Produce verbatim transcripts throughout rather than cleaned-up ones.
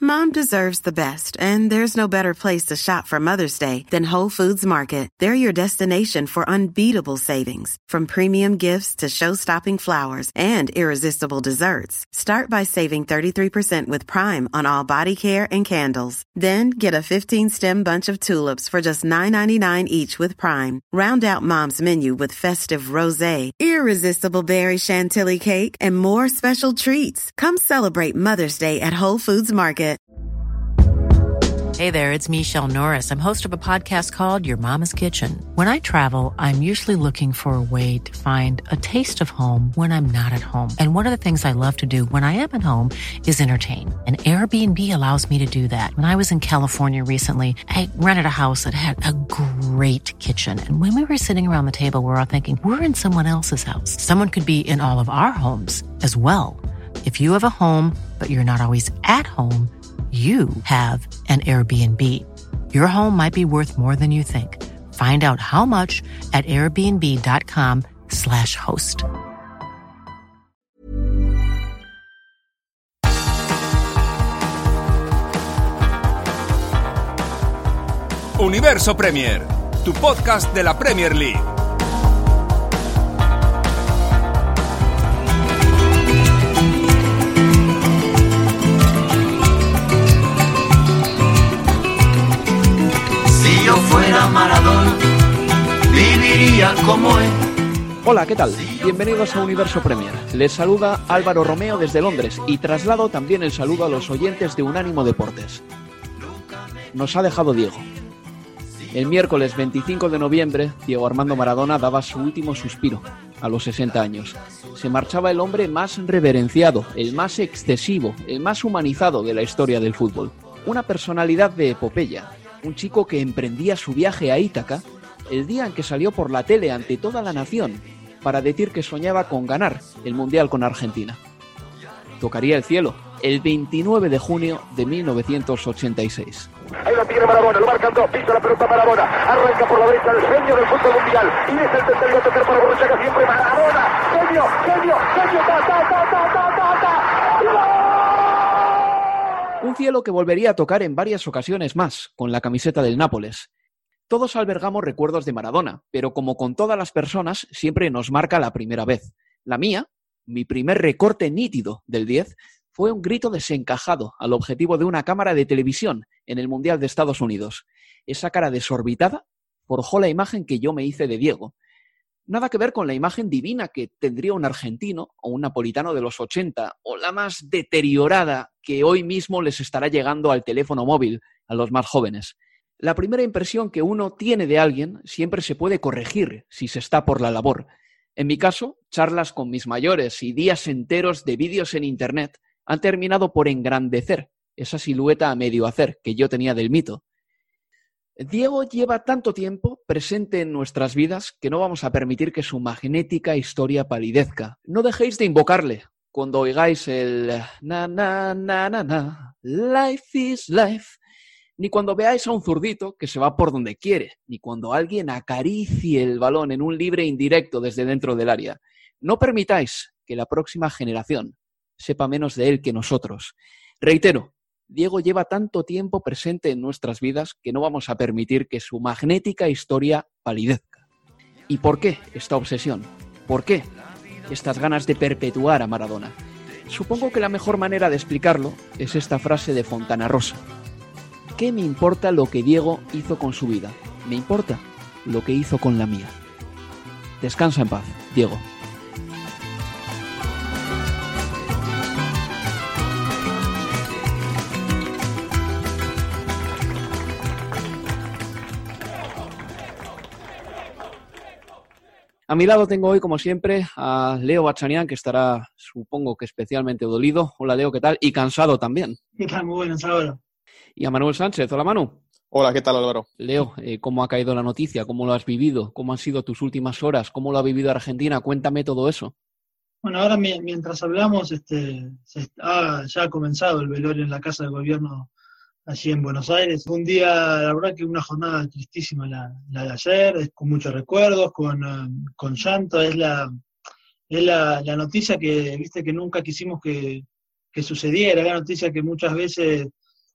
Mom deserves the best, and there's no better place to shop for Mother's Day than Whole Foods Market. They're your destination for unbeatable savings, from premium gifts to show-stopping flowers and irresistible desserts. Start by saving thirty-three percent with Prime on all body care and candles. Then get a fifteen-stem bunch of tulips for just nine ninety-nine each with Prime. Round out Mom's menu with festive rosé, irresistible berry chantilly cake, and more special treats. Come celebrate Mother's Day at Whole Foods Market. Hey there, it's Michelle Norris. I'm host of a podcast called Your Mama's Kitchen. When I travel, I'm usually looking for a way to find a taste of home when I'm not at home. And one of the things I love to do when I am at home is entertain. And Airbnb allows me to do that. When I was in California recently, I rented a house that had a great kitchen. And when we were sitting around the table, we were all thinking, we're in someone else's house. Someone could be in all of our homes as well. If you have a home, but you're not always at home, you have an Airbnb. Your home might be worth more than you think. Find out how much at airbnb.com slash host. Universo Premier, tu podcast de la Premier League. Si yo fuera Maradona, viviría como él. Hola, ¿qué tal? Bienvenidos a Universo Premier. Les saluda Álvaro Romeo desde Londres y traslado también el saludo a los oyentes de Unánimo Deportes. Nos ha dejado Diego. El miércoles veinticinco de noviembre, Diego Armando Maradona daba su último suspiro, a los sesenta años. Se marchaba el hombre más reverenciado, el más excesivo, el más humanizado de la historia del fútbol. Una personalidad de epopeya, un chico que emprendía su viaje a Ítaca el día en que salió por la tele ante toda la nación para decir que soñaba con ganar el Mundial con Argentina. Tocaría el cielo el veintinueve de junio de mil novecientos ochenta y seis. Ahí lo tiene Maradona, lo marcan dos, pisa la pelota Maradona, arranca por la derecha el genio del fútbol mundial, y es el tercero a tocar para Borruchaga siempre Maradona, genio, genio, genio, ta, ta, ta, ta, ta, ta, ta. Un cielo que volvería a tocar en varias ocasiones más, con la camiseta del Nápoles. Todos albergamos recuerdos de Maradona, pero como con todas las personas, siempre nos marca la primera vez. La mía, mi primer recorte nítido del diez, fue un grito desencajado al objetivo de una cámara de televisión en el Mundial de Estados Unidos. Esa cara desorbitada forjó la imagen que yo me hice de Diego. Nada que ver con la imagen divina que tendría un argentino o un napolitano de los ochenta, o la más deteriorada que hoy mismo les estará llegando al teléfono móvil a los más jóvenes. La primera impresión que uno tiene de alguien siempre se puede corregir si se está por la labor. En mi caso, charlas con mis mayores y días enteros de vídeos en internet han terminado por engrandecer esa silueta a medio hacer que yo tenía del mito. Diego lleva tanto tiempo presente en nuestras vidas que no vamos a permitir que su magnética historia palidezca. No dejéis de invocarle cuando oigáis el na na na na na, life is life, ni cuando veáis a un zurdito que se va por donde quiere, ni cuando alguien acaricie el balón en un libre indirecto desde dentro del área. No permitáis que la próxima generación sepa menos de él que nosotros. Reitero, Diego lleva tanto tiempo presente en nuestras vidas que no vamos a permitir que su magnética historia palidezca. ¿Y por qué esta obsesión? ¿Por qué estas ganas de perpetuar a Maradona? Supongo que la mejor manera de explicarlo es esta frase de Fontana Rosa. ¿Qué me importa lo que Diego hizo con su vida? Me importa lo que hizo con la mía. Descansa en paz, Diego. A mi lado tengo hoy, como siempre, a Leo Bachanian, que estará, supongo que especialmente dolido. Hola, Leo, ¿qué tal? Y cansado también. ¿Qué tal? Muy buenas, Álvaro. Y a Manuel Sánchez. Hola, Manu. Hola, ¿qué tal, Álvaro? Leo, eh, ¿cómo ha caído la noticia? ¿Cómo lo has vivido? ¿Cómo han sido tus últimas horas? ¿Cómo lo ha vivido Argentina? Cuéntame todo eso. Bueno, ahora mientras hablamos, este, se ha, ya ha comenzado el velorio en la Casa de Gobierno allí en Buenos Aires. Un día, la verdad que una jornada tristísima la, la de ayer, con muchos recuerdos, con, con llanto. Es la es la, la noticia que, viste, que nunca quisimos que, que sucediera, la noticia que muchas veces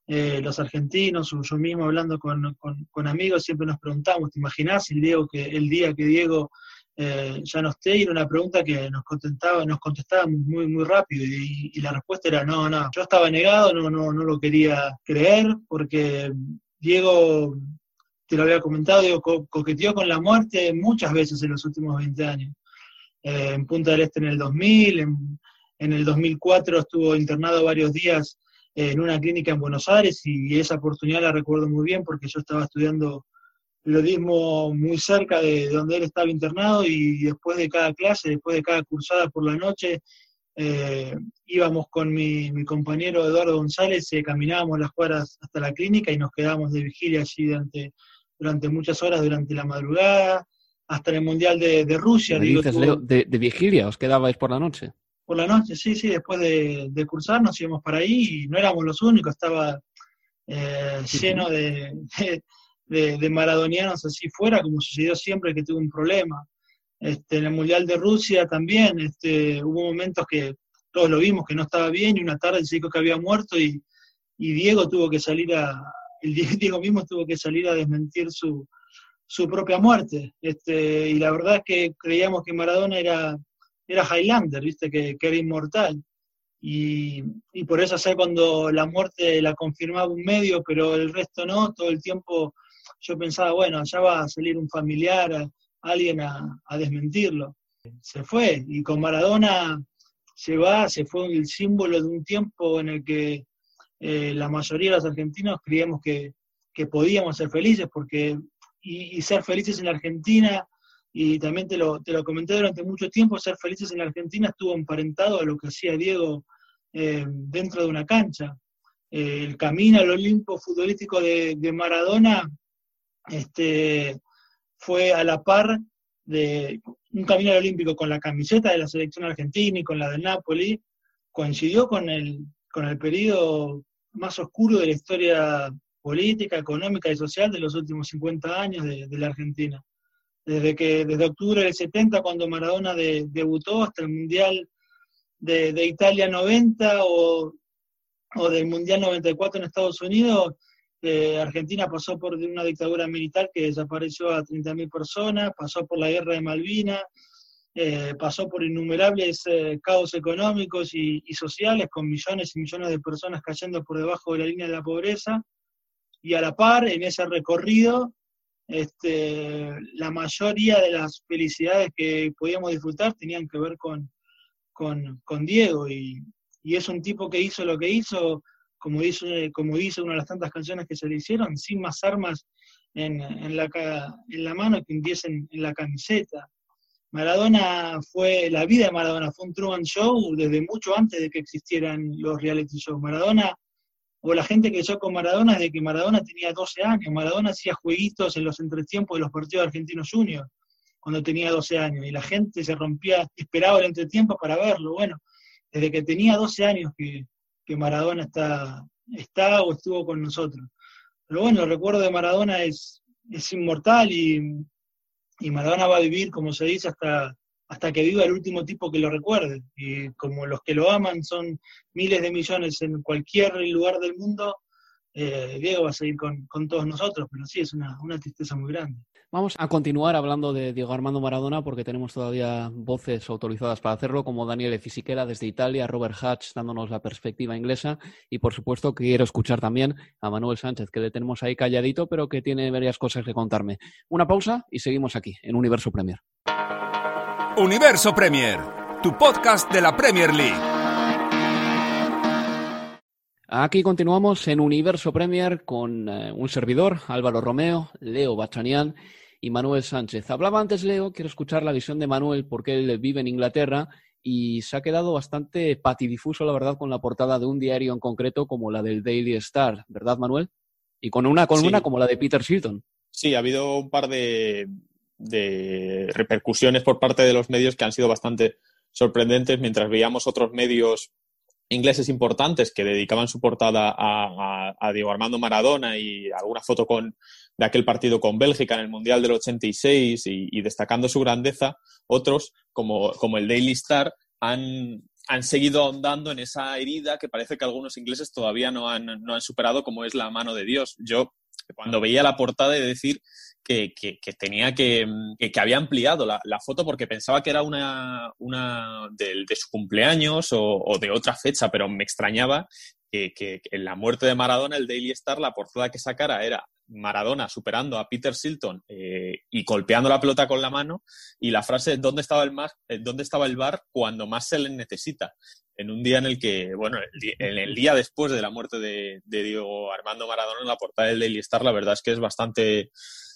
eh, los argentinos, o yo mismo hablando con, con, con amigos, siempre nos preguntamos, ¿te imaginás el, Diego que, el día que Diego eh, ya no esté? Y era una pregunta que nos contestaba, nos contestaba muy, muy rápido, y, y la respuesta era no, no. Yo estaba negado, no, no, no lo quería creer, porque Diego, te lo había comentado, Diego co- coqueteó con la muerte muchas veces en los últimos veinte años. Eh, en Punta del Este en el dos mil, en, en el dos mil cuatro estuvo internado varios días eh, en una clínica en Buenos Aires, y esa oportunidad la recuerdo muy bien porque yo estaba estudiando periodismo muy cerca de, de donde él estaba internado, y después de cada clase, después de cada cursada por la noche, eh, íbamos con mi, mi compañero Eduardo González, eh, caminábamos las cuadras hasta la clínica y nos quedábamos de vigilia allí durante, durante muchas horas, durante la madrugada, hasta el Mundial de, de Rusia. ¿Me digo, dices, tuvo, Leo, de, de vigilia? ¿Os quedabais por la noche? Por la noche, sí, sí, después de, de cursar nos íbamos para ahí, y no éramos los únicos, estaba eh, lleno de, de, de, de maradonianos así fuera, como sucedió siempre que tuve un problema. Este, en el Mundial de Rusia también este, hubo momentos que todos lo vimos que no estaba bien, y una tarde se dijo que había muerto, y, y Diego tuvo que salir a, el Diego mismo tuvo que salir a desmentir su, su propia muerte. Este, y la verdad es que creíamos que Maradona era, era Highlander, ¿viste? Que, que era inmortal. Y, y por eso sé cuando la muerte la confirmaba un medio, pero el resto no, todo el tiempo yo pensaba, bueno, ya va a salir un familiar, a, alguien a, a desmentirlo. Se fue, y con Maradona se va, se fue el símbolo de un tiempo en el que eh, la mayoría de los argentinos creíamos que, que podíamos ser felices, porque y, y ser felices en la Argentina, y también te lo, te lo comenté durante mucho tiempo, ser felices en la Argentina estuvo emparentado a lo que hacía Diego eh, dentro de una cancha. Eh, el camino al Olimpo futbolístico de, de Maradona este, fue a la par de un camino al olímpico con la camiseta de la selección argentina y con la del Napoli, coincidió con el, con el periodo más oscuro de la historia política, económica y social de los últimos cincuenta años de, de la Argentina. Desde que desde octubre del setenta, cuando Maradona de, debutó, hasta el Mundial de, de Italia noventa o, o del Mundial noventa y cuatro en Estados Unidos, eh, Argentina pasó por una dictadura militar que desapareció a treinta mil personas, pasó por la guerra de Malvinas, eh, pasó por innumerables eh, caos económicos y, y sociales, con millones y millones de personas cayendo por debajo de la línea de la pobreza, y a la par, en ese recorrido, Este, la mayoría de las felicidades que podíamos disfrutar tenían que ver con, con, con Diego, y, y es un tipo que hizo lo que hizo, como dice, como dice una de las tantas canciones que se le hicieron, sin más armas en, en, la, en la mano que empiecen en la camiseta. Maradona fue, la vida de Maradona fue un Truman Show desde mucho antes de que existieran los reality shows. Maradona, o la gente que creció con Maradona desde que Maradona tenía doce años. Maradona hacía jueguitos en los entretiempos de los partidos de Argentinos Juniors cuando tenía doce años, y la gente se rompía, esperaba el entretiempo para verlo. Bueno, desde que tenía doce años que, que Maradona está, está o estuvo con nosotros. Pero bueno, el recuerdo de Maradona es, es inmortal, y, y Maradona va a vivir, como se dice, hasta... hasta que viva el último tipo que lo recuerde. Y como los que lo aman son miles de millones en cualquier lugar del mundo, eh, Diego va a seguir con, con todos nosotros, pero sí, es una, una tristeza muy grande. Vamos a continuar hablando de Diego Armando Maradona, porque tenemos todavía voces autorizadas para hacerlo, como Daniele Fisichella desde Italia, Robert Hatch dándonos la perspectiva inglesa, y por supuesto quiero escuchar también a Manuel Sánchez, que le tenemos ahí calladito, pero que tiene varias cosas que contarme. Una pausa y seguimos aquí, en Universo Premier. Universo Premier, tu podcast de la Premier League. Aquí continuamos en Universo Premier con eh, un servidor, Álvaro Romeo, Leo Bachanian y Manuel Sánchez. Hablaba antes Leo, quiero escuchar la visión de Manuel porque él vive en Inglaterra y se ha quedado bastante patidifuso, la verdad, con la portada de un diario en concreto como la del Daily Star, ¿verdad, Manuel? Y con una columna sí, como la de Peter Shilton. Sí, ha habido un par de... de repercusiones por parte de los medios que han sido bastante sorprendentes, mientras veíamos otros medios ingleses importantes que dedicaban su portada a, a, a Diego Armando Maradona y alguna foto con, de aquel partido con Bélgica en el Mundial del ochenta y seis y, y destacando su grandeza. Otros, como, como el Daily Star, han, han seguido ahondando en esa herida que parece que algunos ingleses todavía no han, no han superado, como es la mano de Dios. Yo, cuando veía la portada, he de decir que, que, que tenía que, que, que había ampliado la, la foto porque pensaba que era una, una de, de su cumpleaños o, o de otra fecha, pero me extrañaba que, que, que en la muerte de Maradona, el Daily Star, la portada que sacara era Maradona superando a Peter Shilton eh, y golpeando la pelota con la mano, y la frase ¿dónde estaba el más, dónde estaba el V A R cuando más se le necesita? En un día en el que, bueno, el, el, el día después de la muerte de, de Diego Armando Maradona, en la portada del Daily Star, la verdad es que es bastante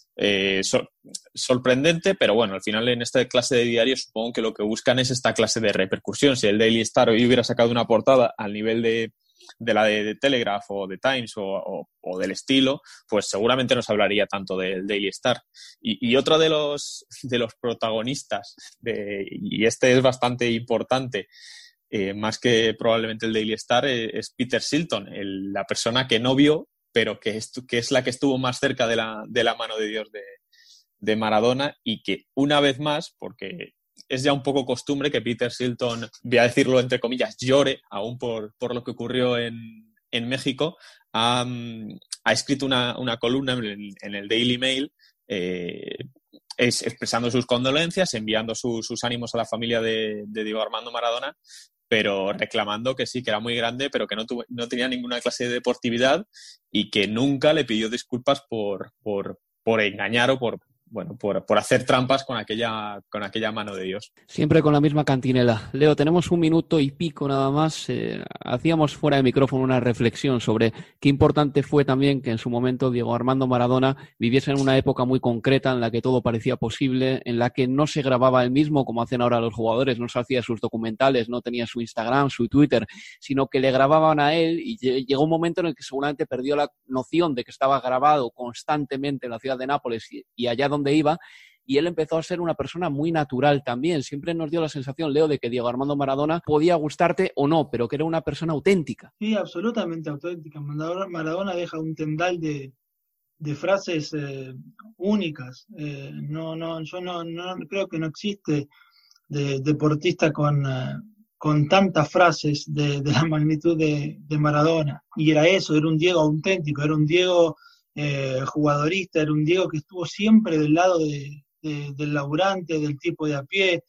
eh, so, sorprendente, pero bueno, al final en esta clase de diarios supongo que lo que buscan es esta clase de repercusión. Si el Daily Star hoy hubiera sacado una portada al nivel de de la de, de Telegraph o de Times o, o, o del estilo, pues seguramente no se hablaría tanto del Daily Star. Y, y otro de los, de los protagonistas, de, y este es bastante importante, eh, más que probablemente el Daily Star, eh, es Peter Shilton, el, la persona que no vio, pero que es, que es la que estuvo más cerca de la, de la mano de Dios de, de Maradona, y que una vez más, porque es ya un poco costumbre que Peter Shilton, voy a decirlo entre comillas, llore aún por, por lo que ocurrió en, en México, ha, ha escrito una, una columna en, en el Daily Mail eh, es, expresando sus condolencias, enviando su, sus ánimos a la familia de, de Diego Armando Maradona, pero reclamando que sí, que era muy grande, pero que no, tuvo, no tenía ninguna clase de deportividad y que nunca le pidió disculpas por, por, por engañar o por... bueno, por, por hacer trampas con aquella, con aquella mano de Dios. Siempre con la misma cantinela. Leo, tenemos un minuto y pico nada más. Eh, hacíamos fuera de micrófono una reflexión sobre qué importante fue también que en su momento Diego Armando Maradona viviese en una época muy concreta en la que todo parecía posible, en la que no se grababa él mismo como hacen ahora los jugadores, no se hacía sus documentales, no tenía su Instagram, su Twitter, sino que le grababan a él, y llegó un momento en el que seguramente perdió la noción de que estaba grabado constantemente en la ciudad de Nápoles y, y allá donde de iba, y él empezó a ser una persona muy natural también. Siempre nos dio la sensación, Leo, de que Diego Armando Maradona podía gustarte o no, pero que era una persona auténtica. Sí, absolutamente auténtica. Maradona deja un tendal de, de frases eh, únicas. Eh, no, no, yo no, no creo que no existe de, deportista con, uh, con tantas frases de, de la magnitud de, de Maradona. Y era eso, era un Diego auténtico, era un Diego Eh, jugadorista, era un Diego que estuvo siempre del lado de, de, del laburante, del tipo de a pie,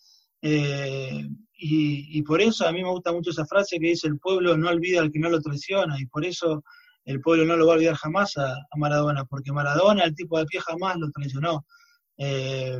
eh, y, y por eso a mí me gusta mucho esa frase que dice: el pueblo no olvida al que no lo traiciona, y por eso el pueblo no lo va a olvidar jamás a, a Maradona, porque Maradona, el tipo de a pie, jamás lo traicionó. Eh,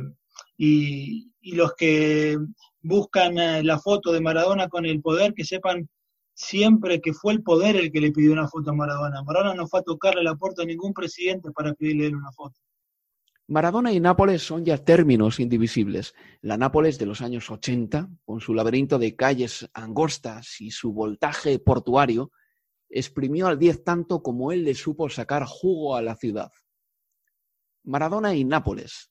y, y los que buscan eh, la foto de Maradona con el poder, que sepan siempre que fue el poder el que le pidió una foto a Maradona. Maradona no fue a tocarle la puerta a ningún presidente para pedirle una foto. Maradona y Nápoles son ya términos indivisibles. La Nápoles de los años ochenta, con su laberinto de calles angostas y su voltaje portuario, exprimió al diez tanto como él le supo sacar jugo a la ciudad. Maradona y Nápoles.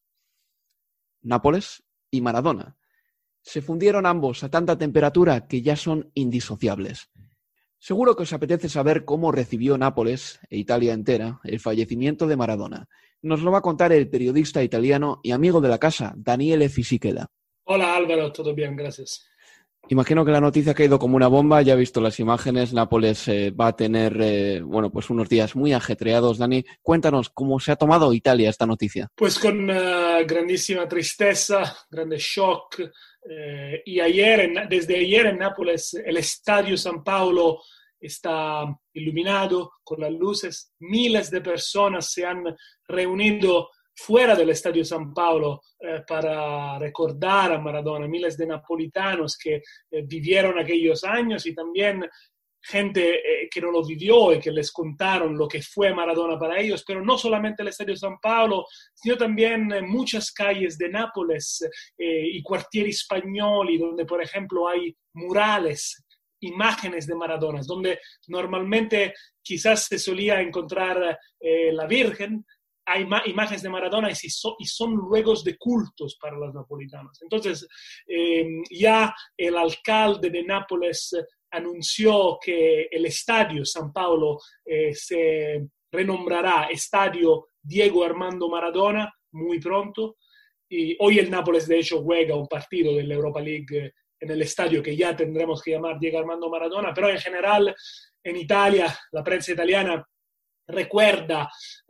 Nápoles y Maradona. Se fundieron ambos a tanta temperatura que ya son indisociables. Seguro que os apetece saber cómo recibió Nápoles, e Italia entera, el fallecimiento de Maradona. Nos lo va a contar el periodista italiano y amigo de la casa, Daniele Fisichella. Hola Álvaro, todo bien, gracias. Imagino que la noticia ha caído como una bomba, ya he visto las imágenes. Nápoles eh, va a tener eh, bueno, pues unos días muy ajetreados. Dani, cuéntanos cómo se ha tomado Italia esta noticia. Pues con uh, grandísima tristeza, grande shock. Eh, y ayer, en, desde ayer en Nápoles, el Estadio San Paolo está iluminado con las luces. Miles de personas se han reunido fuera del Estadio San Paolo eh, para recordar a Maradona, miles de napolitanos que eh, vivieron aquellos años y también gente eh, que no lo vivió y que les contaron lo que fue Maradona para ellos, pero no solamente el Estadio San Paolo, sino también eh, muchas calles de Nápoles eh, y quartieri spagnoli, donde por ejemplo hay murales, imágenes de Maradona, donde normalmente quizás se solía encontrar eh, la Virgen. Hay ma- imágenes de Maradona y, si so- y son luegos de cultos para los napolitanos. Entonces, eh, ya el alcalde de Nápoles anunció que el Estadio San Paolo eh, se renombrará Estadio Diego Armando Maradona muy pronto. Y hoy el Nápoles, de hecho, juega un partido de la Europa League en el estadio que ya tendremos que llamar Diego Armando Maradona, pero en general en Italia, la prensa italiana recuerda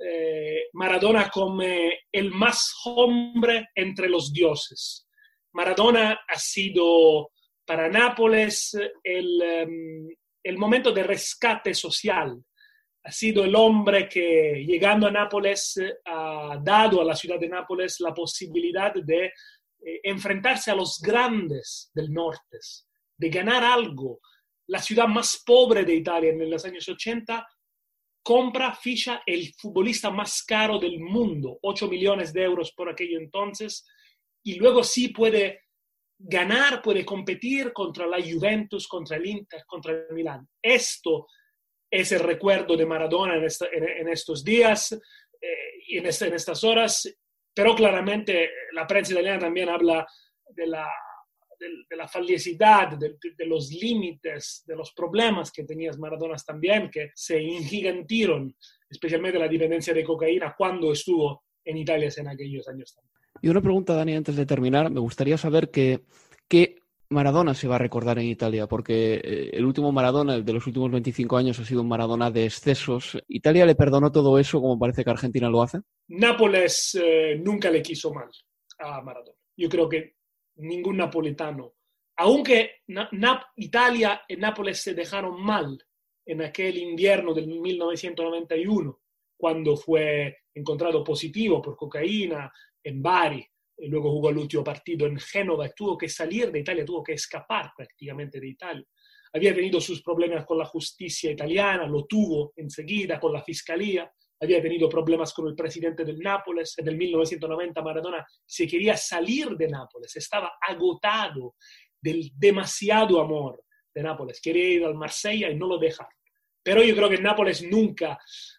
eh, Maradona como el más hombre entre los dioses. Maradona ha sido para Nápoles el, um, el momento de rescate social. Ha sido el hombre que, llegando a Nápoles, ha dado a la ciudad de Nápoles la posibilidad de eh, enfrentarse a los grandes del norte, de ganar algo. La ciudad más pobre de Italia en los años ochenta compra, ficha el futbolista más caro del mundo, ocho millones de euros por aquello entonces, y luego sí puede ganar, puede competir contra la Juventus, contra el Inter, contra el Milán. Esto es el recuerdo de Maradona en, esta, en, en estos días eh, y en, esta, en estas horas, pero claramente la prensa italiana también habla de la, de, de la fallicidad, de, de los límites, de los problemas que tenía Maradona también, que se ingigantaron, especialmente la dependencia de cocaína cuando estuvo en Italia en aquellos años también. Y una pregunta, Dani, antes de terminar. Me gustaría saber que, qué Maradona se va a recordar en Italia, porque el último Maradona, el de los últimos veinticinco años, ha sido un Maradona de excesos. ¿Italia le perdonó todo eso como parece que Argentina lo hace? Nápoles eh, nunca le quiso mal a Maradona. Yo creo que ningún napolitano, aunque Na- Na- Italia y Nápoles se dejaron mal en aquel invierno del mil novecientos noventa y uno, cuando fue encontrado positivo por cocaína en Bari, y luego jugó el último partido en Génova, y tuvo que salir de Italia, tuvo que escapar prácticamente de Italia. Había tenido sus problemas con la justicia italiana, lo tuvo enseguida con la fiscalía, había tenido problemas con el presidente del Nápoles. En el mil novecientos noventa Maradona se quería salir de Nápoles, estaba agotado del demasiado amor de Nápoles, quería ir al Marsella y no lo dejaron. Pero yo creo que Nápoles nunca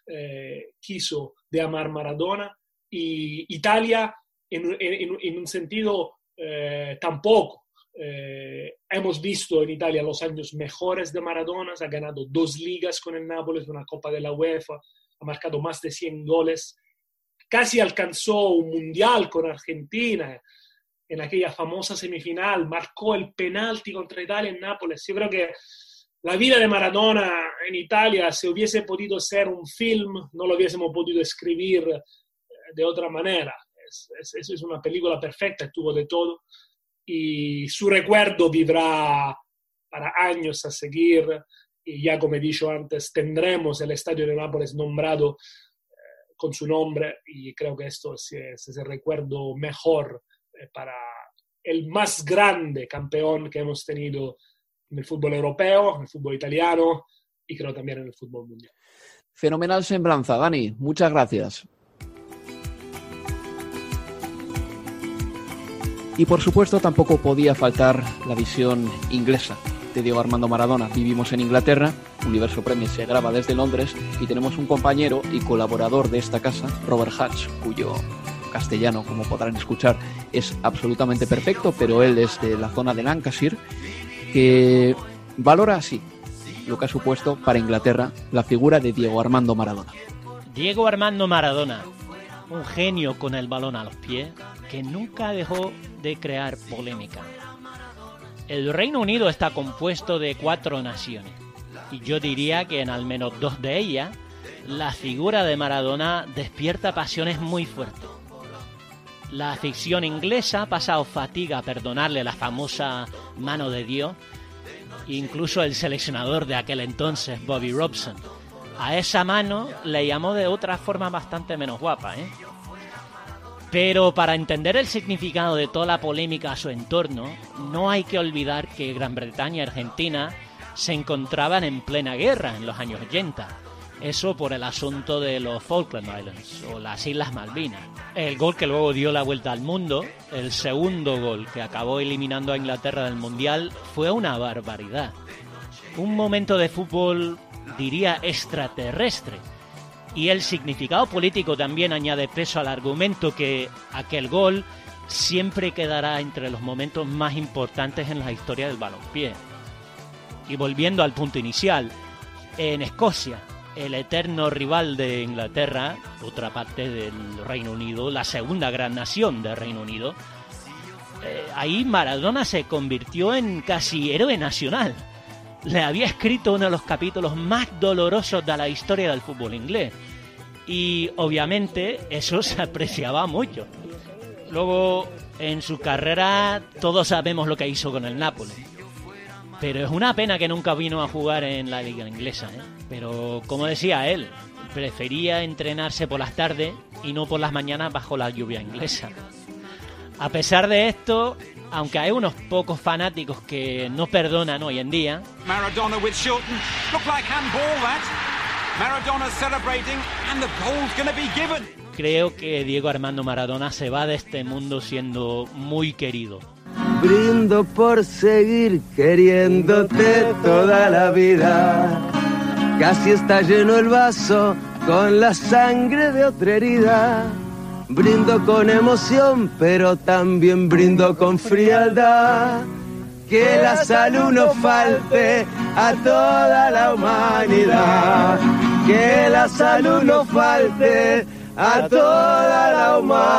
eh, quiso de amar Maradona, y Italia en, en, en un sentido eh, tampoco. Eh, hemos visto en Italia los años mejores de Maradona, ha ganado dos ligas con el Nápoles, una Copa de la UEFA, ha marcado más de cien goles, casi alcanzó un mundial con Argentina en aquella famosa semifinal, marcó el penalti contra Italia en Nápoles. Yo creo que la vida de Maradona en Italia, si hubiese podido ser un film, no lo hubiésemos podido escribir de otra manera. Es, es, es una película perfecta, tuvo de todo, y su recuerdo vivirá para años a seguir, y ya como he dicho antes, tendremos el estadio de Nápoles nombrado eh, con su nombre, y creo que esto es, es, es el recuerdo mejor eh, para el más grande campeón que hemos tenido en el fútbol europeo, en el fútbol italiano, y creo también en el fútbol mundial. Fenomenal semblanza, Dani. Muchas gracias. Y por supuesto tampoco podía faltar la visión inglesa de Diego Armando Maradona. Vivimos en Inglaterra, Universo Premier se graba desde Londres y tenemos un compañero y colaborador de esta casa, Robert Hatch, cuyo castellano, como podrán escuchar, es absolutamente perfecto, pero él es de la zona de Lancashire, que valora así lo que ha supuesto para Inglaterra la figura de Diego Armando Maradona. Diego Armando Maradona, un genio con el balón a los pies, que nunca dejó de crear polémica. El Reino Unido está compuesto de cuatro naciones, y yo diría que en al menos dos de ellas, la figura de Maradona despierta pasiones muy fuertes. La afición inglesa ha pasado fatiga a perdonarle la famosa mano de Dios, incluso el seleccionador de aquel entonces, Bobby Robson. A esa mano le llamó de otra forma bastante menos guapa, ¿eh? Pero para entender el significado de toda la polémica a su entorno, no hay que olvidar que Gran Bretaña y Argentina se encontraban en plena guerra en los años ochenta. Eso por el asunto de los Falkland Islands, o las Islas Malvinas. El gol que luego dio la vuelta al mundo, el segundo gol que acabó eliminando a Inglaterra del Mundial, fue una barbaridad. Un momento de fútbol, diría, extraterrestre. Y el significado político también añade peso al argumento que aquel gol siempre quedará entre los momentos más importantes en la historia del balompié. Y volviendo al punto inicial, en Escocia, el eterno rival de Inglaterra, otra parte del Reino Unido, la segunda gran nación del Reino Unido, eh, ahí Maradona se convirtió en casi héroe nacional. Le había escrito uno de los capítulos más dolorosos de la historia del fútbol inglés. Y obviamente eso se apreciaba mucho. Luego, en su carrera, todos sabemos lo que hizo con el Nápoles. Pero es una pena que nunca vino a jugar en la liga inglesa, ¿eh? Pero, como decía él, prefería entrenarse por las tardes y no por las mañanas bajo la lluvia inglesa. A pesar de esto, aunque hay unos pocos fanáticos que no perdonan hoy en día, Maradona with Shilton. Look like handball that. Maradona celebrating and the goal's going to be given. Creo que Diego Armando Maradona se va de este mundo siendo muy querido. Brindo por seguir queriéndote toda la vida. Casi está lleno el vaso con la sangre de otra herida. Brindo con emoción, pero también brindo con frialdad. Que la salud no falte a toda la humanidad. Que la salud no falte a toda la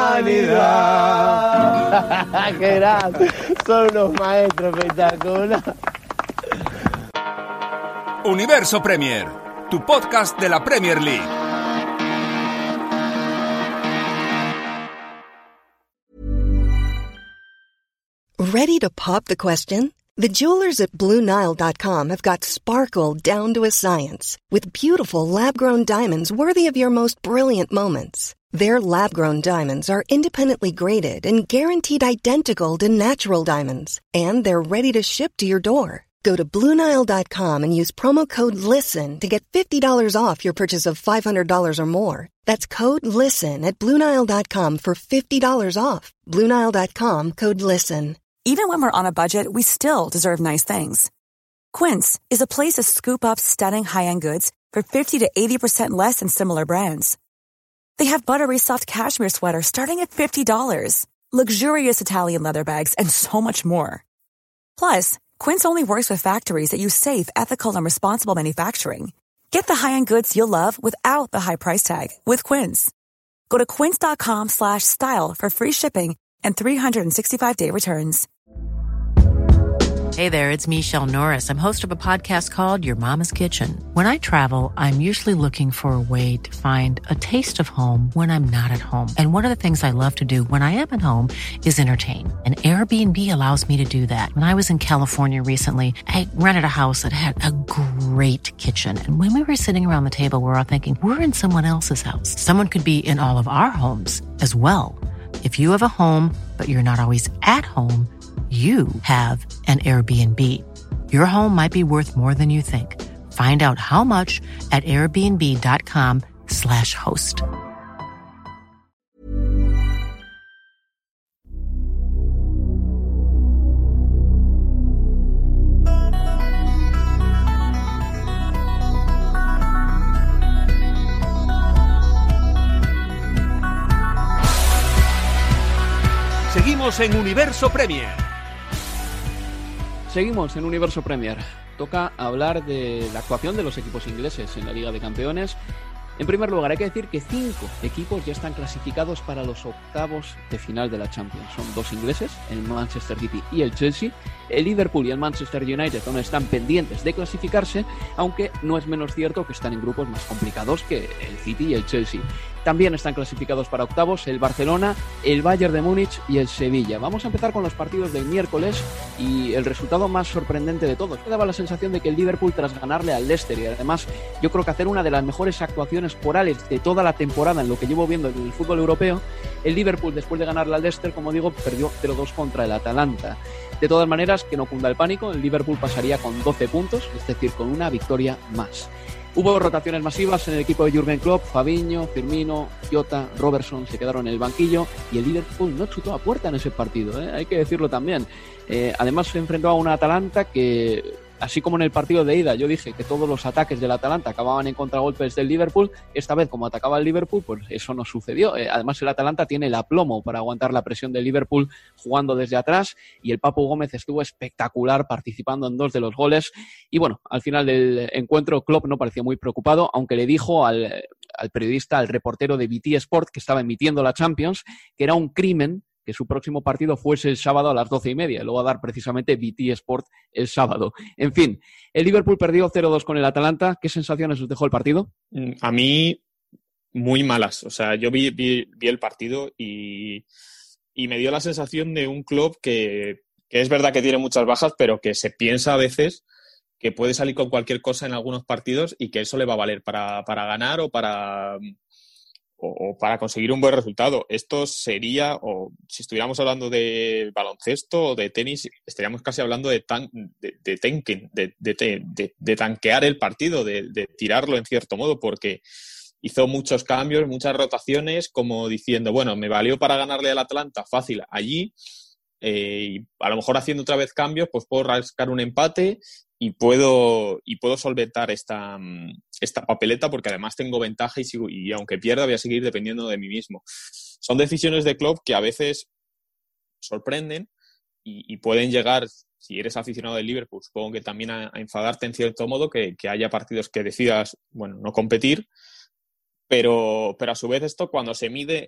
humanidad. ¡Qué grande! Son unos maestros espectaculares. Universo Premier, tu podcast de la Premier League. Ready to pop the question? The jewelers at Blue Nile dot com have got sparkle down to a science with beautiful lab-grown diamonds worthy of your most brilliant moments. Their lab-grown diamonds are independently graded and guaranteed identical to natural diamonds, and they're ready to ship to your door. Go to Blue Nile dot com and use promo code LISTEN to get fifty dollars off your purchase of five hundred dollars or more. That's code LISTEN at Blue Nile dot com for fifty dollars off. Blue Nile dot com, code LISTEN. Even when we're on a budget, we still deserve nice things. Quince is a place to scoop up stunning high-end goods for fifty to eighty percent less than similar brands. They have buttery soft cashmere sweaters starting at fifty dollars, luxurious Italian leather bags, and so much more. Plus, Quince only works with factories that use safe, ethical, and responsible manufacturing. Get the high-end goods you'll love without the high price tag with Quince. Go to quince dot com slash style for free shipping and three sixty-five day returns. Hey there, it's Michelle Norris. I'm host of a podcast called Your Mama's Kitchen. When I travel, I'm usually looking for a way to find a taste of home when I'm not at home. And one of the things I love to do when I am at home is entertain. And Airbnb allows me to do that. When I was in California recently, I rented a house that had a great kitchen. And when we were sitting around the table, we were all thinking, we're in someone else's house. Someone could be in all of our homes as well. If you have a home, but you're not always at home, you have an Airbnb. Your home might be worth more than you think. Find out how much at airbnb dot com slash host. Seguimos en Universo Premier. Seguimos en Universo Premier. Toca hablar de la actuación de los equipos ingleses en la Liga de Campeones. En primer lugar, hay que decir que cinco equipos ya están clasificados para los octavos de final de la Champions. Son dos ingleses, el Manchester City y el Chelsea. El Liverpool y el Manchester United aún están pendientes de clasificarse, aunque no es menos cierto que están en grupos más complicados que el City y el Chelsea. También están clasificados para octavos el Barcelona, el Bayern de Múnich y el Sevilla. Vamos a empezar con los partidos del miércoles y el resultado más sorprendente de todos. Me daba la sensación de que el Liverpool, tras ganarle al Leicester y además yo creo que hacer una de las mejores actuaciones corales de toda la temporada en lo que llevo viendo en el fútbol europeo, el Liverpool, después de ganarle al Leicester, como digo, perdió cero dos contra el Atalanta. De todas maneras, que no cunda el pánico, el Liverpool pasaría con doce puntos, es decir, con una victoria más. Hubo rotaciones masivas en el equipo de Jürgen Klopp. Fabinho, Firmino, Jota, Robertson se quedaron en el banquillo y el Liverpool no chutó a puerta en ese partido, ¿eh? Hay que decirlo también. Eh, además se enfrentó a una Atalanta que, así como en el partido de ida yo dije que todos los ataques del Atalanta acababan en contragolpes del Liverpool, esta vez como atacaba el Liverpool, pues eso no sucedió. Eh, además el Atalanta tiene el aplomo para aguantar la presión del Liverpool jugando desde atrás y el Papu Gómez estuvo espectacular participando en dos de los goles y bueno, al final del encuentro Klopp no parecía muy preocupado, aunque le dijo al, al periodista, al reportero de B T Sport que estaba emitiendo la Champions, que era un crimen que su próximo partido fuese el sábado a las doce y media. Lo va a dar precisamente B T Sport el sábado. En fin, el Liverpool perdió cero dos con el Atalanta. ¿Qué sensaciones os dejó el partido? A mí, muy malas. O sea, yo vi, vi, vi el partido y, y me dio la sensación de un club que, que es verdad que tiene muchas bajas, pero que se piensa a veces que puede salir con cualquier cosa en algunos partidos y que eso le va a valer para, para ganar o para, o, o para conseguir un buen resultado. Esto sería, o si estuviéramos hablando de baloncesto o de tenis, estaríamos casi hablando de, tan, de, de tanking, de, de, de, de tanquear el partido, de, de tirarlo en cierto modo, porque hizo muchos cambios, muchas rotaciones, como diciendo, bueno, me valió para ganarle al Atlanta fácil allí, eh, y a lo mejor haciendo otra vez cambios, pues puedo rascar un empate y puedo, y puedo solventar esta, esta papeleta, porque además tengo ventaja y, sigo, y aunque pierda voy a seguir dependiendo de mí mismo. Son decisiones de club que a veces sorprenden y, y pueden llegar, si eres aficionado del Liverpool, supongo que también a, a enfadarte en cierto modo, que, que haya partidos que decidas, bueno, no competir, pero, pero a su vez esto, cuando se mide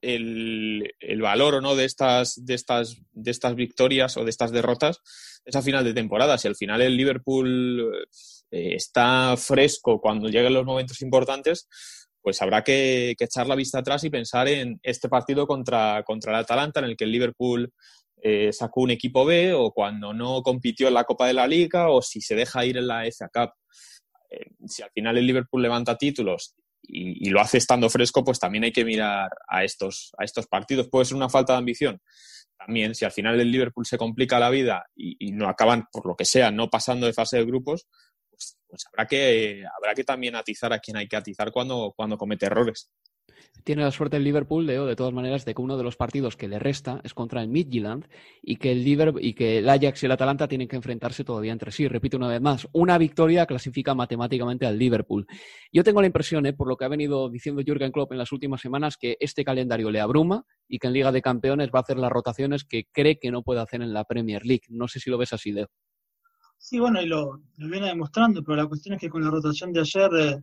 el, el valor o no de estas, de estas, de estas victorias o de estas derrotas, es a final de temporada. Si al final el Liverpool eh, está fresco cuando lleguen los momentos importantes, pues habrá que, que echar la vista atrás y pensar en este partido contra, contra el Atalanta, en el que el Liverpool eh, sacó un equipo B, o cuando no compitió en la Copa de la Liga, o si se deja ir en la F A Cup. Eh, si al final el Liverpool levanta títulos y, y lo hace estando fresco, pues también hay que mirar a estos, a estos partidos. Puede ser una falta de ambición. También, si al final el Liverpool se complica la vida y, y no acaban, por lo que sea, no pasando de fase de grupos, pues, pues habrá que eh, habrá que también atizar a quien hay que atizar cuando, cuando comete errores. Tiene la suerte el Liverpool, Leo, de todas maneras, de que uno de los partidos que le resta es contra el Midtjylland y que el Liverpool, y que el Ajax y el Atalanta tienen que enfrentarse todavía entre sí. Repito una vez más, una victoria clasifica matemáticamente al Liverpool. Yo tengo la impresión, eh, por lo que ha venido diciendo Jürgen Klopp en las últimas semanas, que este calendario le abruma y que en Liga de Campeones va a hacer las rotaciones que cree que no puede hacer en la Premier League. No sé si lo ves así, Leo. Sí, bueno, y lo, lo viene demostrando, pero la cuestión es que con la rotación de ayer... Eh...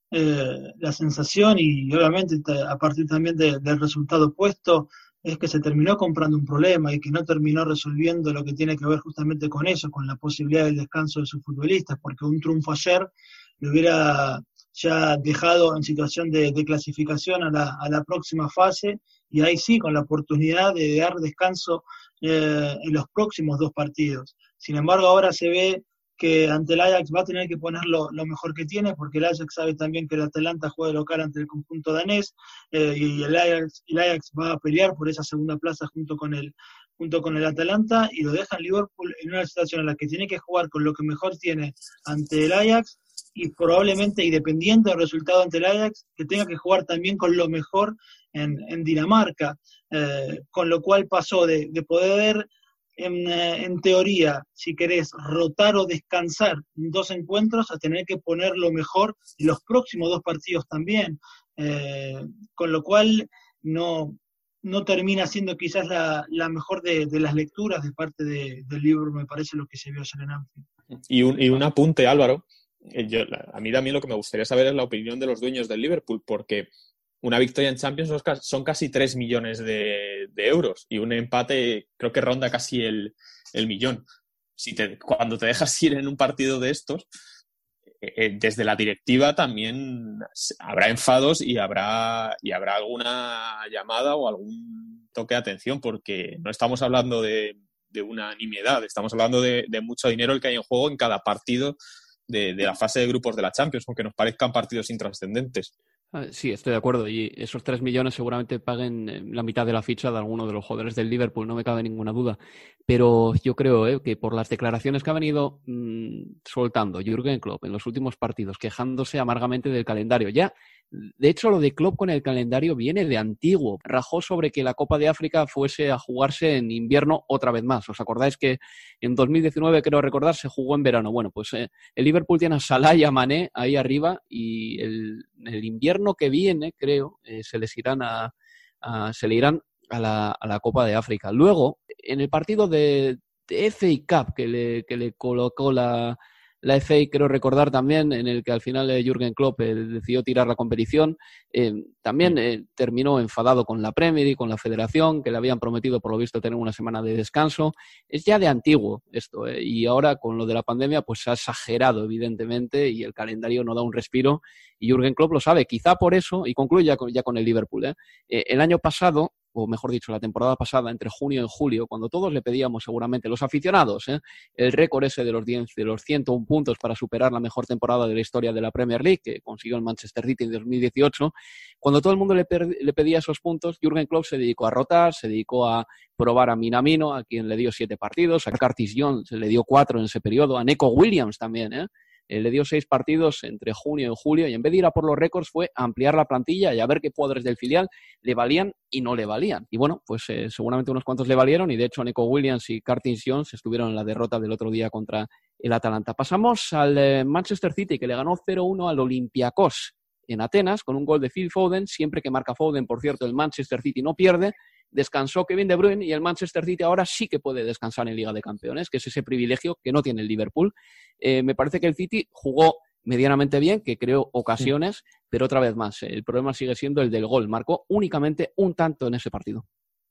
Eh, la sensación y obviamente a partir también de, del resultado opuesto es que se terminó comprando un problema y que no terminó resolviendo lo que tiene que ver justamente con eso, con la posibilidad del descanso de sus futbolistas, porque un triunfo ayer le hubiera ya dejado en situación de, de clasificación a la, a la próxima fase, y ahí sí con la oportunidad de dar descanso eh, en los próximos dos partidos. Sin embargo, ahora se ve que ante el Ajax va a tener que poner lo, lo mejor que tiene, porque el Ajax sabe también que el Atalanta juega local ante el conjunto danés, eh, y el Ajax, el Ajax va a pelear por esa segunda plaza junto con el junto con el Atalanta, y lo deja en Liverpool en una situación en la que tiene que jugar con lo que mejor tiene ante el Ajax, y probablemente, y dependiendo del resultado ante el Ajax, que tenga que jugar también con lo mejor en, en Dinamarca, eh, con lo cual pasó de, de poder... En, en teoría, si querés rotar o descansar dos encuentros, a tener que poner lo mejor en los próximos dos partidos también, eh, con lo cual no, no termina siendo quizás la, la mejor de, de las lecturas de parte de, del libro, me parece, lo que se vio ayer en Anfield. Y un, y un apunte, Álvaro, yo, a mí también lo que me gustaría saber es la opinión de los dueños del Liverpool, porque una victoria en Champions son casi tres millones de, de euros y un empate creo que ronda casi el, el millón. Si te, cuando te dejas ir en un partido de estos, eh, desde la directiva también habrá enfados y habrá, y habrá alguna llamada o algún toque de atención, porque no estamos hablando de, de una nimiedad, estamos hablando de, de mucho dinero el que hay en juego en cada partido de, de la fase de grupos de la Champions, aunque nos parezcan partidos intrascendentes. Sí, estoy de acuerdo, y esos tres millones seguramente paguen la mitad de la ficha de alguno de los jugadores del Liverpool, no me cabe ninguna duda, pero yo creo eh, que por las declaraciones que ha venido mmm, soltando Jürgen Klopp en los últimos partidos, quejándose amargamente del calendario, ya, de hecho lo de Klopp con el calendario viene de antiguo, rajó sobre que la Copa de África fuese a jugarse en invierno otra vez más. ¿Os acordáis que en dos mil diecinueve, creo recordar, se jugó en verano? Bueno, pues eh, el Liverpool tiene a Salah y a Mané ahí arriba, y el, el invierno que viene, creo, eh, se les irán a, a se le irán a la, a la Copa de África. Luego, en el partido de, de F A Cup que le, que le colocó la la F A, creo recordar también, en el que al final eh, Jürgen Klopp eh, decidió tirar la competición. Eh, también eh, terminó enfadado con la Premier y con la Federación, que le habían prometido, por lo visto, tener una semana de descanso. Es ya de antiguo esto, eh, y ahora con lo de la pandemia pues se ha exagerado, evidentemente, y el calendario no da un respiro, y Jürgen Klopp lo sabe. Quizá por eso, y concluyo ya con, ya con el Liverpool, eh, eh, el año pasado, o mejor dicho, la temporada pasada, entre junio y julio, cuando todos le pedíamos seguramente, los aficionados, ¿eh? el récord ese de los, diez, de los ciento uno puntos para superar la mejor temporada de la historia de la Premier League, que consiguió el Manchester City en dos mil dieciocho, cuando todo el mundo le, per- le pedía esos puntos, Jürgen Klopp se dedicó a rotar, se dedicó a probar a Minamino, a quien le dio siete partidos, a Curtis Jones le dio cuatro en ese periodo, a Neco Williams también, ¿eh? Eh, le dio seis partidos entre junio y julio, y en vez de ir a por los récords fue ampliar la plantilla y a ver qué jugadores del filial le valían y no le valían. Y bueno, pues eh, seguramente unos cuantos le valieron, y de hecho Neco Williams y Curtis Jones estuvieron en la derrota del otro día contra el Atalanta. Pasamos al eh, Manchester City, que le ganó cero uno al Olympiacos en Atenas con un gol de Phil Foden. Siempre que marca Foden, por cierto, el Manchester City no pierde. Descansó Kevin De Bruyne y el Manchester City ahora sí que puede descansar en Liga de Campeones, que es ese privilegio que no tiene el Liverpool. Eh, me parece que el City jugó medianamente bien, que creó ocasiones, sí. Pero otra vez más, el problema sigue siendo el del gol. Marcó únicamente un tanto en ese partido.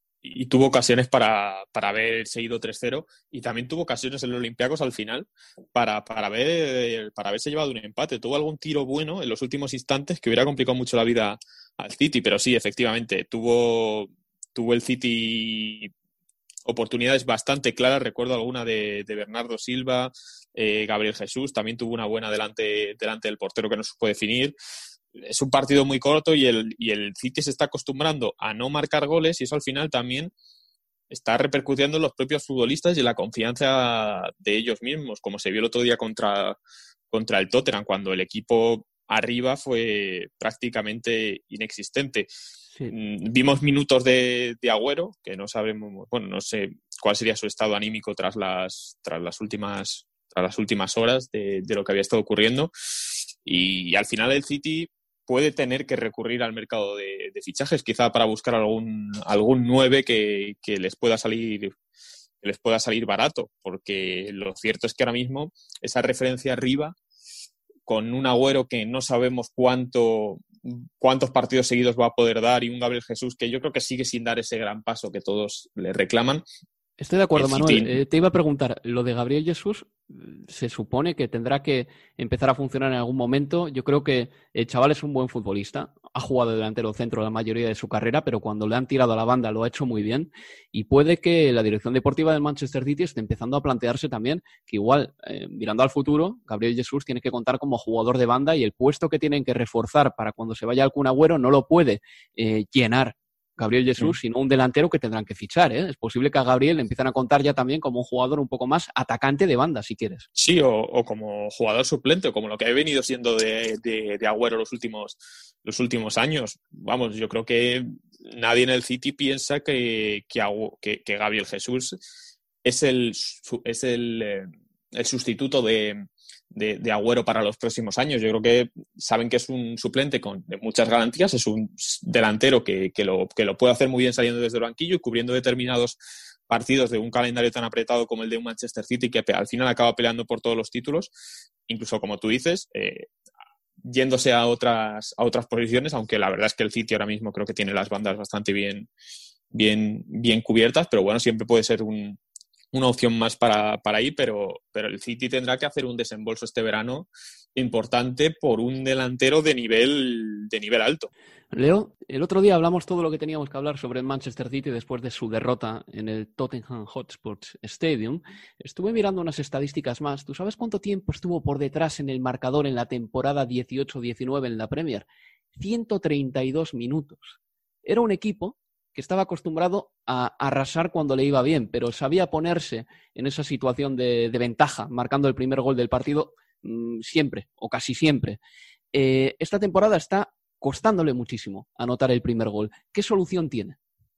Y tuvo ocasiones para, para haberse ido tres cero, y también tuvo ocasiones en los Olympiacos al final para, para, haber, para haberse llevado un empate. Tuvo algún tiro bueno en los últimos instantes que hubiera complicado mucho la vida al City, pero sí, efectivamente, tuvo... Tuvo el City oportunidades bastante claras. Recuerdo alguna de, de Bernardo Silva, eh, Gabriel Jesús. También tuvo una buena delante, delante del portero que no supo definir. Es un partido muy corto y el, y el City se está acostumbrando a no marcar goles, y eso al final también está repercutiendo en los propios futbolistas y en la confianza de ellos mismos, como se vio el otro día contra, contra el Tottenham, cuando el equipo arriba fue prácticamente inexistente. Sí. Vimos minutos de, de Agüero, que no sabemos, bueno, no sé cuál sería su estado anímico tras las, tras las últimas, tras las últimas horas de, de lo que había estado ocurriendo, y, y al final el City puede tener que recurrir al mercado de, de fichajes, quizá para buscar algún, algún nueve que, que les pueda salir, que les pueda salir barato, porque lo cierto es que ahora mismo esa referencia arriba, con un Agüero que no sabemos cuánto, cuántos partidos seguidos va a poder dar, y un Gabriel Jesús que yo creo que sigue sin dar ese gran paso que todos le reclaman. Estoy de acuerdo, Manuel. Eh, te iba a preguntar, lo de Gabriel Jesús se supone que tendrá que empezar a funcionar en algún momento. Yo creo que el chaval es un buen futbolista, ha jugado de delantero centro la mayoría de su carrera, pero cuando le han tirado a la banda lo ha hecho muy bien, y puede que la dirección deportiva del Manchester City esté empezando a plantearse también que igual, eh, mirando al futuro, Gabriel Jesús tiene que contar como jugador de banda, y el puesto que tienen que reforzar para cuando se vaya al Kun Agüero no lo puede eh, llenar Gabriel Jesús, sí. sino un delantero que tendrán que fichar, ¿eh? Es posible que a Gabriel le empiezan a contar ya también como un jugador un poco más atacante de banda, si quieres. Sí, o, o como jugador suplente, o como lo que ha venido siendo de, de, de Agüero los últimos, los últimos años. Vamos, yo creo que nadie en el City piensa que, que, que, que Gabriel Jesús es el, es el, eh, el sustituto de... De, de Agüero para los próximos años. Yo creo que saben que es un suplente con de muchas garantías, es un delantero que, que, lo, que lo puede hacer muy bien saliendo desde el banquillo y cubriendo determinados partidos de un calendario tan apretado como el de un Manchester City, que al final acaba peleando por todos los títulos, incluso como tú dices, eh, yéndose a otras, a otras posiciones, aunque la verdad es que el City ahora mismo creo que tiene las bandas bastante bien, bien, bien cubiertas, pero bueno, siempre puede ser un una opción más para, para ir, pero, pero el City tendrá que hacer un desembolso este verano importante por un delantero de nivel, de nivel alto. Leo, el otro día hablamos todo lo que teníamos que hablar sobre el Manchester City después de su derrota en el Tottenham Hotspur Stadium. Estuve mirando unas estadísticas más. ¿Tú sabes cuánto tiempo estuvo por detrás en el marcador en la temporada dieciocho diecinueve en la Premier? ciento treinta y dos minutos. Era un equipo que estaba acostumbrado a arrasar cuando le iba bien, pero sabía ponerse en esa situación de, de ventaja, marcando el primer gol del partido mmm, siempre, o casi siempre. Eh, esta temporada está costándole muchísimo anotar el primer gol. ¿Qué solución tiene?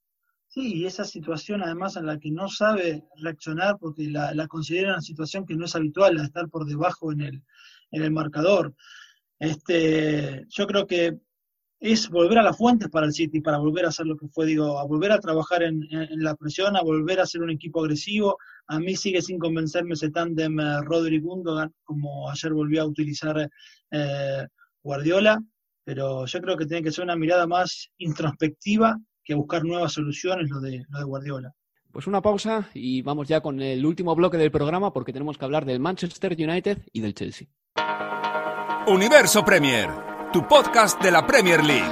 Sí, y esa situación además en la que no sabe reaccionar porque la, la considera una situación que no es habitual, a estar por debajo en el, en el marcador. Este, yo creo que es volver a las fuentes para el City, para volver a hacer lo que fue, digo, a volver a trabajar en, en, en la presión, a volver a ser un equipo agresivo. A mí sigue sin convencerme ese tándem eh, Rodri-Gundogan, como ayer volvió a utilizar eh, Guardiola, pero yo creo que tiene que ser una mirada más introspectiva que buscar nuevas soluciones, lo de, lo de Guardiola. Pues una pausa y vamos ya con el último bloque del programa, porque tenemos que hablar del Manchester United y del Chelsea. Universo Premier, tu podcast de la Premier League.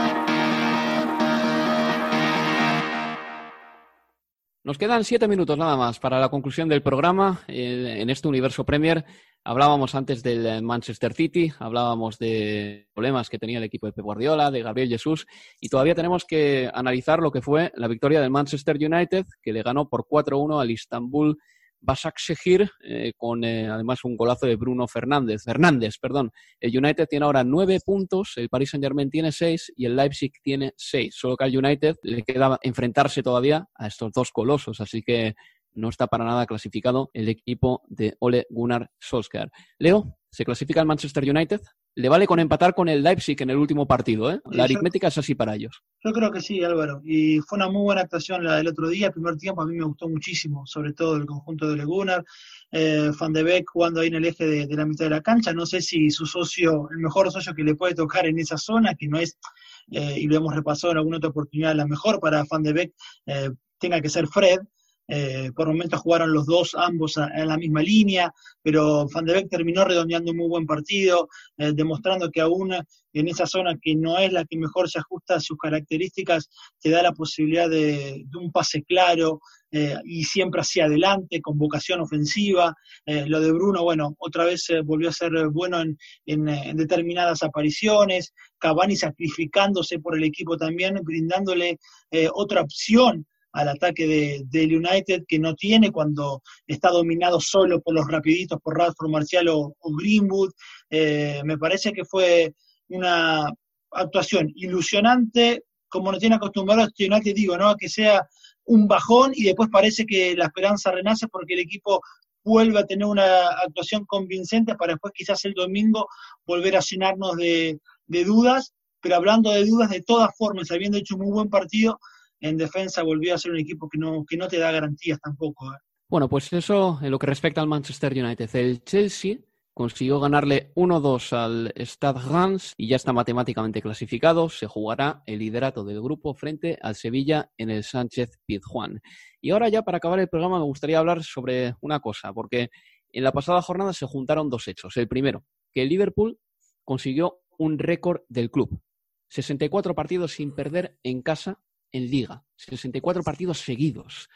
Nos quedan siete minutos nada más para la conclusión del programa. En este Universo Premier hablábamos antes del Manchester City, hablábamos de problemas que tenía el equipo de Pep Guardiola, de Gabriel Jesús, y todavía tenemos que analizar lo que fue la victoria del Manchester United, que le ganó por cuatro uno al Istanbul Başakşehir, eh, con eh, además un golazo de Bruno Fernández. Fernández, perdón. El United tiene ahora nueve puntos, el Paris Saint-Germain tiene seis y el Leipzig tiene seis. Solo que al United le queda enfrentarse todavía a estos dos colosos, así que no está para nada clasificado el equipo de Ole Gunnar Solskjaer. Leo, ¿se clasifica el Manchester United? Le vale con empatar con el Leipzig en el último partido, ¿eh? La aritmética es así para ellos. Yo creo que sí, Álvaro. Y fue una muy buena actuación la del otro día. El primer tiempo a mí me gustó muchísimo, sobre todo el conjunto de Ole Gunnar. Eh, Van de Beek jugando ahí en el eje de, de la mitad de la cancha. No sé si su socio, el mejor socio que le puede tocar en esa zona, que no es, eh, y lo hemos repasado en alguna otra oportunidad, la mejor para Van de Beek, eh, tenga que ser Fred. Eh, por momentos jugaron los dos, ambos a, a la misma línea, pero Van de Beek terminó redondeando un muy buen partido, eh, demostrando que aún en esa zona que no es la que mejor se ajusta a sus características, te da la posibilidad de, de un pase claro eh, y siempre hacia adelante, con vocación ofensiva. Eh, lo de Bruno, bueno, otra vez eh, volvió a ser bueno en, en, en determinadas apariciones. Cavani sacrificándose por el equipo también, brindándole eh, otra opción al ataque de, del United, que no tiene cuando está dominado solo por los rapiditos, por Rashford, Martial o, o Greenwood. Eh, me parece que fue una actuación ilusionante, como nos tiene acostumbrado este United, digo, ¿no? A que sea un bajón y después parece que la esperanza renace porque el equipo vuelve a tener una actuación convincente para después quizás el domingo volver a llenarnos de, de dudas, pero hablando de dudas, de todas formas, habiendo hecho un muy buen partido, en defensa volvió a ser un equipo que no, que no te da garantías tampoco. ¿eh? Bueno, pues eso en lo que respecta al Manchester United. El Chelsea consiguió ganarle uno dos al Stade Reims y ya está matemáticamente clasificado. Se jugará el liderato del grupo frente al Sevilla en el Sánchez-Pizjuán. Y ahora ya para acabar el programa me gustaría hablar sobre una cosa, porque en la pasada jornada se juntaron dos hechos. El primero, que el Liverpool consiguió un récord del club. sesenta y cuatro partidos sin perder en casa en Liga, sesenta y cuatro partidos seguidos.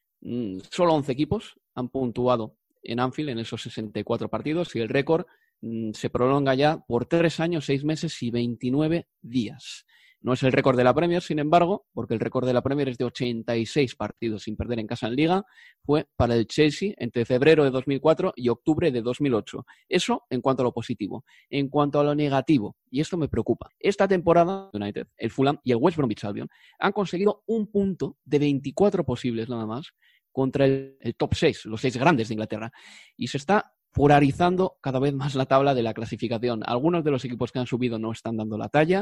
Mm, solo once equipos han puntuado en Anfield en esos sesenta y cuatro partidos y el récord mm, se prolonga ya por tres años, seis meses y veintinueve días. No es el récord de la Premier, sin embargo, porque el récord de la Premier es de ochenta y seis partidos sin perder en casa en Liga. Fue para el Chelsea entre febrero de dos mil cuatro y octubre de dos mil ocho. Eso en cuanto a lo positivo. En cuanto a lo negativo, y esto me preocupa, esta temporada United, el Fulham y el West Bromwich Albion han conseguido un punto de veinticuatro posibles nada más contra el, el top seis, los seis grandes de Inglaterra. Y se está polarizando cada vez más la tabla de la clasificación. Algunos de los equipos que han subido no están dando la talla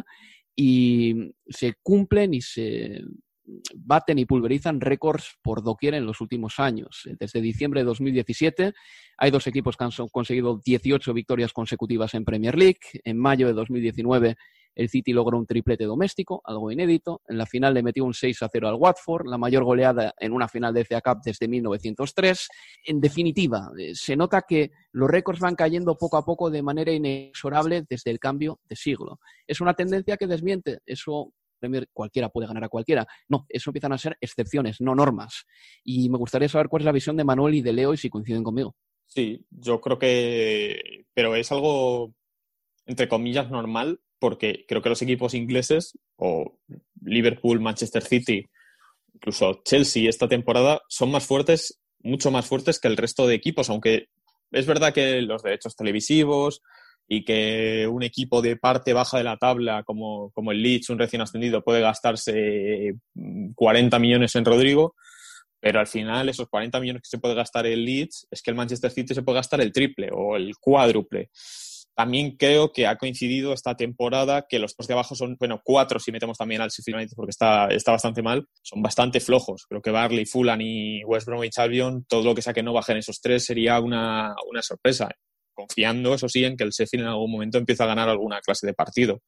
y se cumplen y se baten y pulverizan récords por doquier en los últimos años. Desde diciembre de dos mil diecisiete hay dos equipos que han conseguido dieciocho victorias consecutivas en Premier League. En mayo de dos mil diecinueve el City logró un triplete doméstico, algo inédito. En la final le metió un seis a cero al Watford, la mayor goleada en una final de F A Cup desde mil novecientos tres. En definitiva, se nota que los récords van cayendo poco a poco de manera inexorable desde el cambio de siglo. Es una tendencia que desmiente eso. Premier, cualquiera puede ganar a cualquiera. No, eso empiezan a ser excepciones, no normas. Y me gustaría saber cuál es la visión de Manuel y de Leo y si coinciden conmigo. Sí, yo creo que... Pero es algo, entre comillas, normal, porque creo que los equipos ingleses, o Liverpool, Manchester City, incluso Chelsea esta temporada, son más fuertes, mucho más fuertes que el resto de equipos, aunque es verdad que los derechos televisivos y que un equipo de parte baja de la tabla como, como el Leeds, un recién ascendido, puede gastarse cuarenta millones en Rodrigo, pero al final esos cuarenta millones que se puede gastar el Leeds es que el Manchester City se puede gastar el triple o el cuádruple. También creo que ha coincidido esta temporada que los dos de abajo son, bueno, cuatro si metemos también al Sheffield United porque está, está bastante mal, son bastante flojos. Creo que Burnley, Fulham y West Bromwich Albion, todo lo que sea que no bajen esos tres sería una, una sorpresa. Confiando, eso sí, en que el Sheffield en algún momento empiece a ganar alguna clase de partido.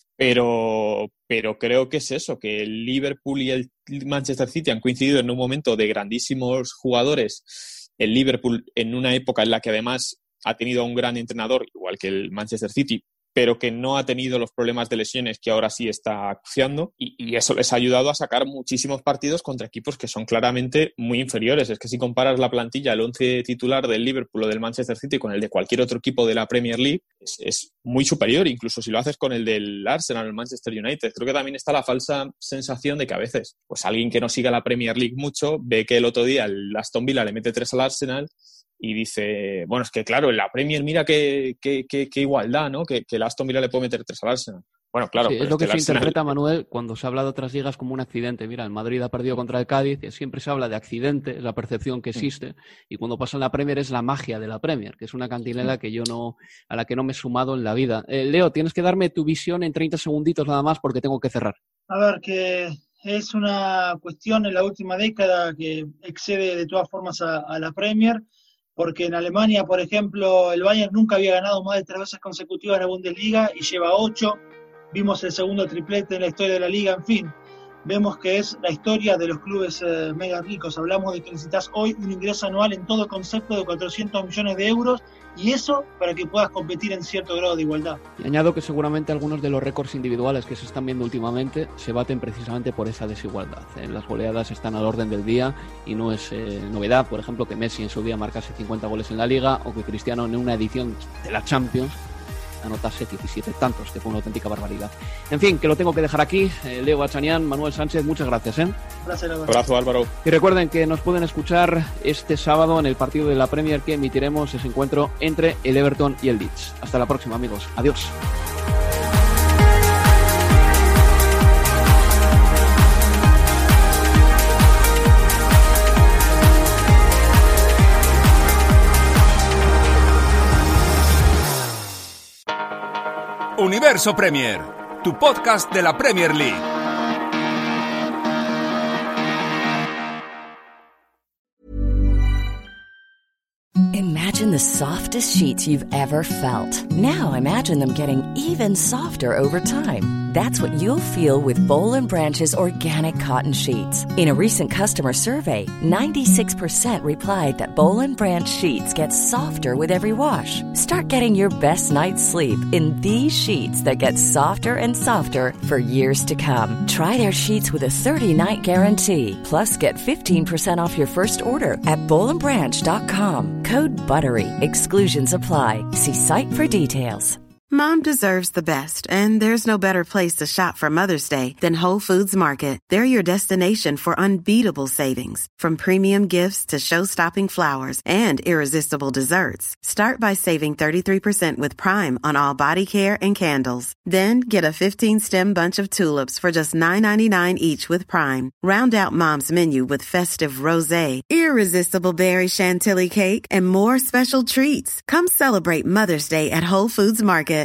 Pero, pero creo que es eso, que el Liverpool y el Manchester City han coincidido en un momento de grandísimos jugadores. El Liverpool en una época en la que además ha tenido un gran entrenador, igual que el Manchester City, pero que no ha tenido los problemas de lesiones que ahora sí está acuciando, y, y eso les ha ayudado a sacar muchísimos partidos contra equipos que son claramente muy inferiores. Es que si comparas la plantilla, el once titular del Liverpool o del Manchester City con el de cualquier otro equipo de la Premier League, es, es muy superior, incluso si lo haces con el del Arsenal o el Manchester United. Creo que también está la falsa sensación de que a veces, pues alguien que no siga la Premier League mucho, ve que el otro día el Aston Villa le mete tres al Arsenal y dice, bueno, es que claro, en la Premier mira qué, qué, qué, qué igualdad, ¿no? Que, que el Aston Villa le puede meter tres al Arsenal. Bueno, claro. Sí, pero es lo es que, que se Arsenal... interpreta, Manuel, cuando se habla de otras ligas como un accidente. Mira, el Madrid ha perdido contra el Cádiz, y siempre se habla de accidente, es la percepción que existe, mm. y cuando pasa en la Premier es la magia de la Premier, que es una cantinela mm. que yo no, a la que no me he sumado en la vida. Eh, Leo, tienes que darme tu visión en treinta segunditos nada más porque tengo que cerrar. A ver, que es una cuestión en la última década que excede de todas formas a, a la Premier, porque en Alemania, por ejemplo, el Bayern nunca había ganado más de tres veces consecutivas en la Bundesliga y lleva ocho. Vimos el segundo triplete en la historia de la liga, en fin. Vemos que es la historia de los clubes eh, mega ricos. Hablamos de que necesitas hoy un ingreso anual en todo concepto de cuatrocientos millones de euros, y eso para que puedas competir en cierto grado de igualdad. Y añado que seguramente algunos de los récords individuales que se están viendo últimamente se baten precisamente por esa desigualdad. Eh, las goleadas están al orden del día y no es eh, novedad, por ejemplo, que Messi en su día marcase cincuenta goles en la Liga, o que Cristiano en una edición de la Champions anotase diecisiete tantos, que fue una auténtica barbaridad. En fin, que lo tengo que dejar aquí. Eh, Leo Bachanian, Manuel Sánchez, muchas gracias. ¿eh? Gracias, Álvaro. Abrazo, Álvaro. Y recuerden que nos pueden escuchar este sábado en el partido de la Premier que emitiremos ese encuentro entre el Everton y el Leeds. Hasta la próxima, amigos. Adiós. Universo Premier, tu podcast de la Premier League. Imagine the softest sheets you've ever felt. Now imagine them getting even softer over time. That's what you'll feel with Boll and Branch's organic cotton sheets. In a recent customer survey, ninety-six percent replied that Boll and Branch sheets get softer with every wash. Start getting your best night's sleep in these sheets that get softer and softer for years to come. Try their sheets with a thirty-night guarantee. Plus, get fifteen percent off your first order at boll and branch dot com. Code BUTTERY. Exclusions apply. See site for details. Mom deserves the best, and there's no better place to shop for Mother's Day than Whole Foods Market. They're your destination for unbeatable savings, from premium gifts to show-stopping flowers and irresistible desserts. Start by saving thirty-three percent with Prime on all body care and candles. Then get a fifteen-stem bunch of tulips for just nine ninety-nine each with Prime. Round out Mom's menu with festive rosé, irresistible berry chantilly cake, and more special treats. Come celebrate Mother's Day at Whole Foods Market.